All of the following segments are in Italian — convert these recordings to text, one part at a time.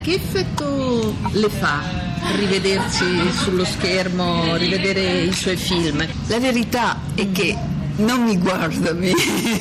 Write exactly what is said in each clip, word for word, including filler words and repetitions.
Che effetto le fa rivedersi sullo schermo, rivedere i suoi film? La verità è che non mi guarda me,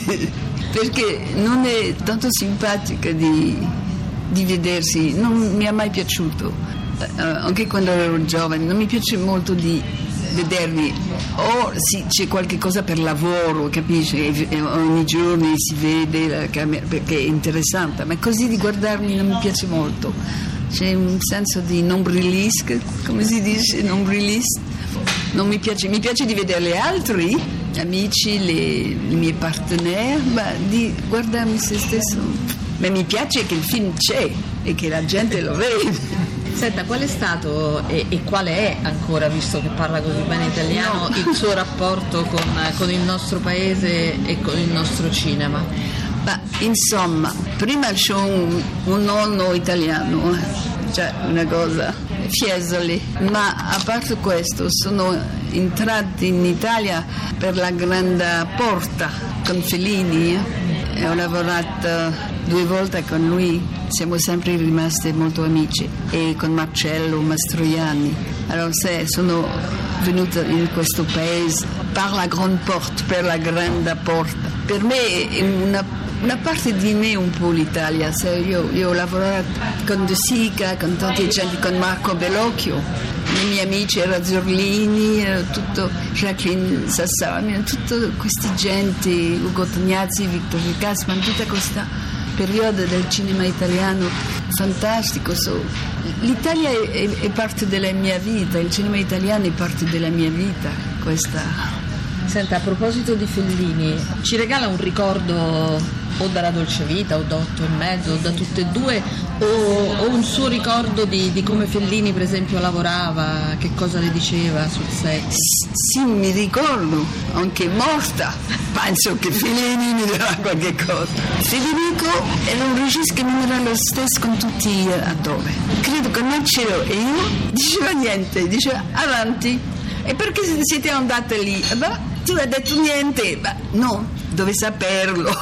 perché non è tanto simpatica di, di vedersi, non mi è mai piaciuto, uh, anche quando ero giovane, non mi piace molto di vedermi, o sì, c'è qualche cosa per lavoro, capisci? E ogni giorno si vede la camera perché è interessante, ma così di guardarmi non mi piace molto. C'è un senso di nombrilisque, come si dice, nombriliste. Non mi piace, mi piace di vedere gli altri amici, le, i miei partenaires, ma di guardarmi se stesso. Ma mi piace che il film c'è e che la gente lo vede. Senta, qual è stato e, e quale è ancora, visto che parla così bene italiano, no. il suo rapporto con, con il nostro paese e con il nostro cinema? Ma insomma, prima c'ho un, un nonno italiano, cioè una cosa, Fiesoli, ma a parte questo sono entrati in Italia per la Grande Porta con Fellini e ho lavorato due volte con lui, siamo sempre rimasti molto amici, e con Marcello Mastroianni. Allora se sono venuta in questo paese per la Grande Porta, per la Grande Porta, per me è una Una parte di me è un po' l'Italia. Se io, io ho lavorato con De Sica, con tanta gente, con Marco Bellocchio, i miei amici erano Zorlini, tutto, Jacqueline Sassani, tutti questi gente, Ugo Tognazzi, Vittorio Gassman, tutta questa periodo del cinema italiano fantastico. So, l'Italia è, è, è parte della mia vita, il cinema italiano è parte della mia vita. Questa. Senta, a proposito di Fellini, ci regala un ricordo o dalla Dolce Vita o da Otto e mezzo o da tutte e due, o, o un suo ricordo di, di come Fellini per esempio lavorava, che cosa le diceva sul set? Sì, mi ricordo, anche morta, penso che Fellini mi dirà qualche cosa. Federico era un regista che non era lo stesso con tutti gli attori. Credo che non c'ero e io diceva niente, diceva avanti. E perché siete andate lì? Beh, tu hai detto niente, ma no, dove saperlo?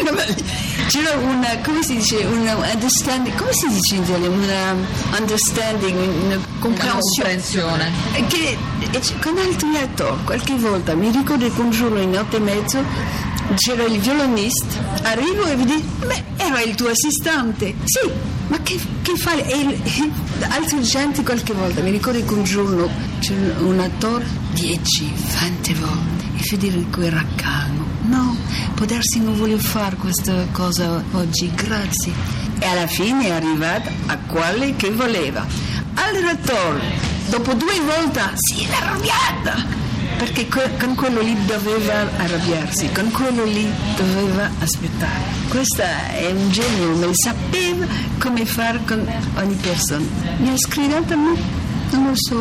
C'era una, come si dice, una understanding, come si dice in italiano? Una understanding, una comprensione. Che con altri attori, qualche volta, mi ricordo che un giorno in Otto e mezzo c'era il violinista, arrivo e mi dice, beh, era il tuo assistente. Sì, ma che, che fai? E, e altre gente qualche volta, mi ricordo che un giorno c'era un attore, dieci, venti volte, e Federico era calmo. No, può darsi non voglio fare questa cosa oggi, grazie. E alla fine è arrivata a quale che voleva. All'attore, dopo due volte, si era arrabbiata. Perché con quello lì doveva arrabbiarsi, con quello lì doveva aspettare. Questa è un genio, ma sapeva come fare con ogni persona. Mi ha scrivato a me? Non lo so.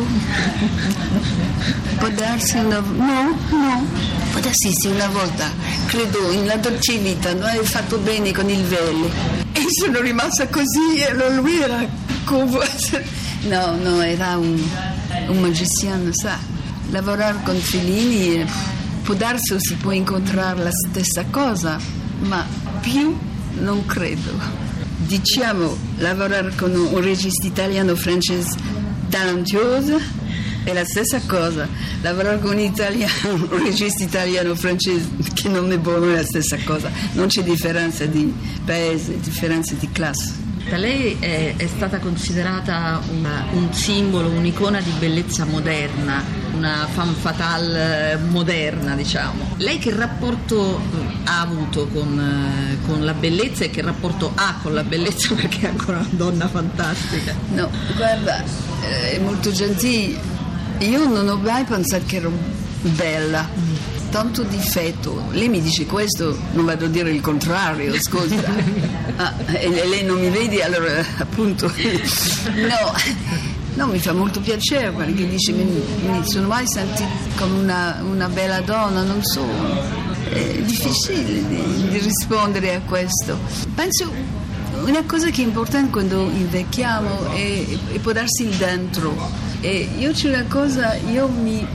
Può darsi una volta. No, no. Può darsi sì una volta. Credo in La Dolce Vita non hai fatto bene con il velo. E sono rimasta così e lui era come. No, no, era un, un magiciano, sa. Lavorare con Fellini può darsi si può incontrare la stessa cosa, ma più non credo. Diciamo, lavorare con un regista italiano-francese talentuoso è la stessa cosa. Lavorare con un italiano, un regista italiano-francese che non è buono è la stessa cosa. Non c'è differenza di paese, differenza di classe. Lei è, è stata considerata una, un simbolo, un'icona di bellezza moderna, una femme fatale moderna, diciamo. Lei che rapporto ha avuto con, con la bellezza e che rapporto ha con la bellezza, perché è ancora una donna fantastica? No, guarda, è molto gentile. Io non ho mai pensato che ero bella. Tanto difetto, lei mi dice questo, non vado a dire il contrario, scusa. Ah, e lei non mi vedi, allora appunto no, no, mi fa molto piacere perché dice mi, mi sono mai sentita come una, una bella donna, non so, è difficile di, di rispondere a questo. Penso una cosa che è importante quando invecchiamo è, è può darsi il dentro, e io c'è una cosa, io mi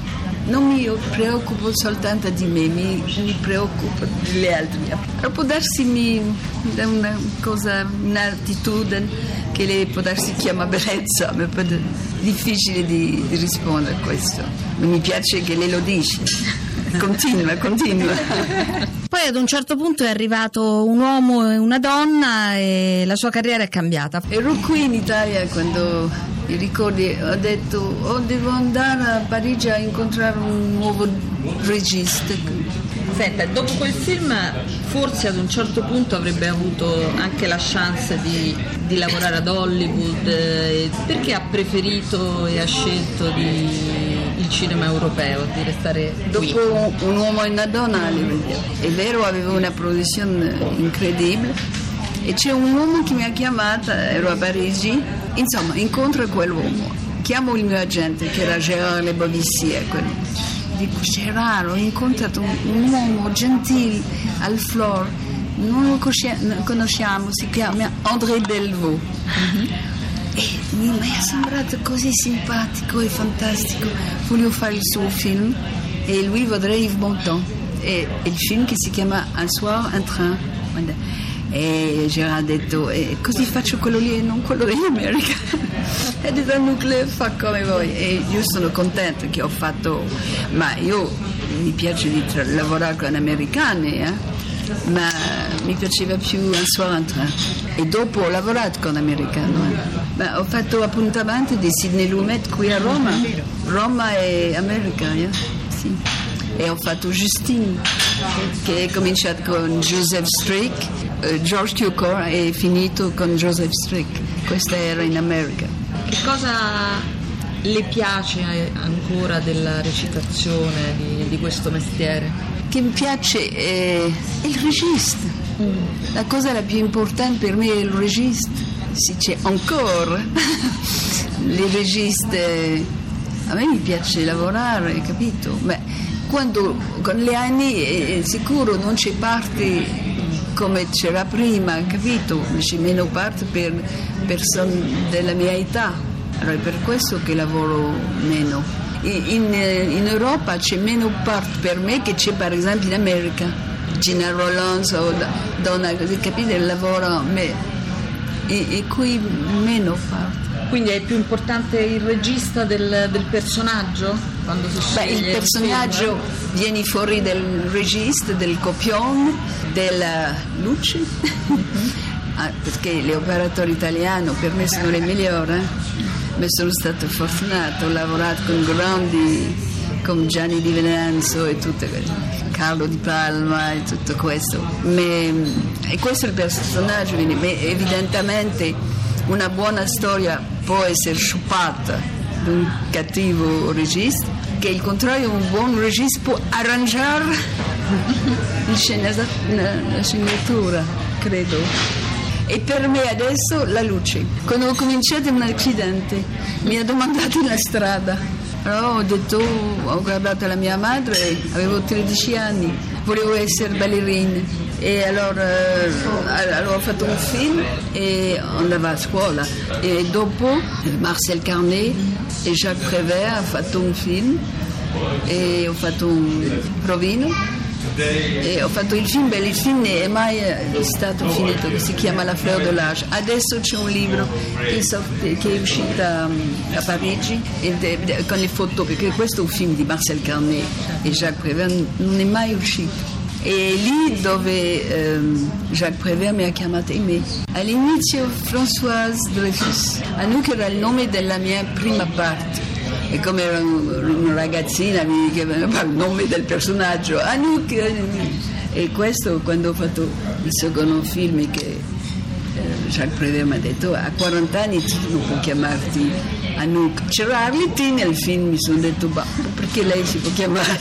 non mi preoccupo soltanto di me, mi, mi preoccupo degli altri. Però può darsi mi dà una cosa, un'attitudine che lei può darsi chiama bellezza, ma è difficile di, di rispondere a questo. Mi piace che lei lo dice. Continua, continua. Poi ad un certo punto è arrivato un uomo e una donna e la sua carriera è cambiata. Ero qui in Italia quando, mi ricordi, ho detto oh, devo andare a Parigi a incontrare un nuovo regista. Senta, dopo quel film forse ad un certo punto avrebbe avuto anche la chance di, di lavorare ad Hollywood, eh, perché ha preferito e ha scelto di, il cinema europeo, di restare qui? Dopo Un uomo e una donna, è vero, avevo una produzione incredibile e c'è un uomo che mi ha chiamata, ero a Parigi, insomma incontro quell'uomo, chiamo il mio agente che era Gérard Le Bovissier, quello. Dico, Gérard, ho incontrato un, un uomo gentile al Flore, non lo conosciamo, si chiama André Delvaux. Mm-hmm. E mi è sembrato così simpatico e fantastico, voglio fare il suo film e lui vorrebbe Yves Montand e, e il film che si chiama Un soir un train. E Gérard ha detto e così faccio quello lì e non quello in America. E ha detto Nucleo fa come voi e io sono contenta che ho fatto, ma io mi piace di tra- lavorare con americani, eh? Ma mi piaceva più Un soir un train e dopo ho lavorato con americani, eh? Ma ho fatto appuntamenti di Sidney Lumet qui a Roma, Roma e America, eh? Sì. E ho fatto Justine che è cominciato con Joseph Strick, eh, George Cukor e finito con Joseph Strick. Questa era in America. Che cosa le piace ancora della recitazione, di, di questo mestiere? Che mi piace è il regista. Mm. La cosa la più importante per me è il regista. Si c'è ancora. Le registe, a me mi piace lavorare, capito? Beh, quando con gli anni è sicuro non c'è parte come c'era prima, capito? C'è meno parte per persone della mia età, allora è per questo che lavoro meno. In, in Europa c'è meno parte per me che c'è per esempio in America. Gina Rollins o Donna, così capite, lavoro me, e, e qui meno parte. Quindi è più importante il regista del, del personaggio? Quando si sceglie? Beh, il personaggio il viene fuori del regista, del copione, della luce, mm-hmm. ah, perché gli operatori italiani per me sono le migliori, eh? Ma sono stata fortunata, ho lavorato con grandi come Gianni Di Venanzo e tutto, Carlo Di Palma e tutto questo. Ma, e questo è il personaggio, quindi, evidentemente una buona storia può essere sciupata da un cattivo regista, che il contrario, un buon regista può arrangiare la sceneggiatura, credo. E per me adesso la luce. Quando ho cominciato un accidente, mi ha domandato in strada. Allora ho detto, ho guardato la mia madre, avevo tredici anni, volevo essere ballerina. E allora, allora ho fatto un film e andavo a scuola. E dopo Marcel Carné e Jacques Prévert hanno fatto un film e ho fatto un provino. E ho fatto il film, beh, il film non è mai stato finito, che si chiama La Fleur de l'Âge. Adesso c'è un libro che, so, che è uscito a, a Parigi e de, de, con le foto, perché questo è un film di Marcel Carné e Jacques Prévert non è mai uscito. E lì dove ehm, Jacques Prévert mi ha chiamato e me. All'inizio Françoise Dreyfus, Anouk era il nome della mia prima parte. E come ero una ragazzina mi chiamava il nome del personaggio Anouk, e questo quando ho fatto il secondo film che eh, Jacques Prévert mi ha detto a quaranta anni tu non puoi chiamarti Anouk. C'era Arlettine nel film, mi sono detto bah, perché lei si può chiamare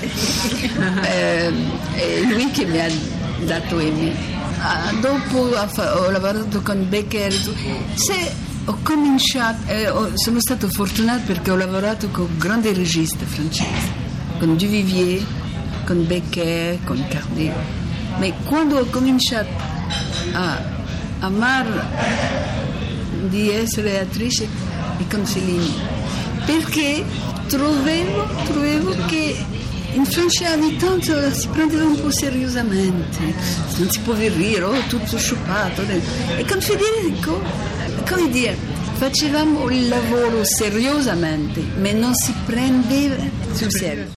eh, è lui che mi ha dato Emmy. Ah, dopo ho lavorato con Becker. Se ho cominciato, eh, ho, sono stato fortunato perché ho lavorato con grandi registi francesi, con Duvivier, con Becker, con Carnet. Ma quando ho cominciato a amare di essere attrice è con Céline, perché trovavo, trovavo che In Francia ogni tanto si prendeva un po' seriosamente, non si può ridere, oh, tutto sciupato. E con Federico, come dire, facevamo il lavoro seriosamente, ma non si prendeva sul serio.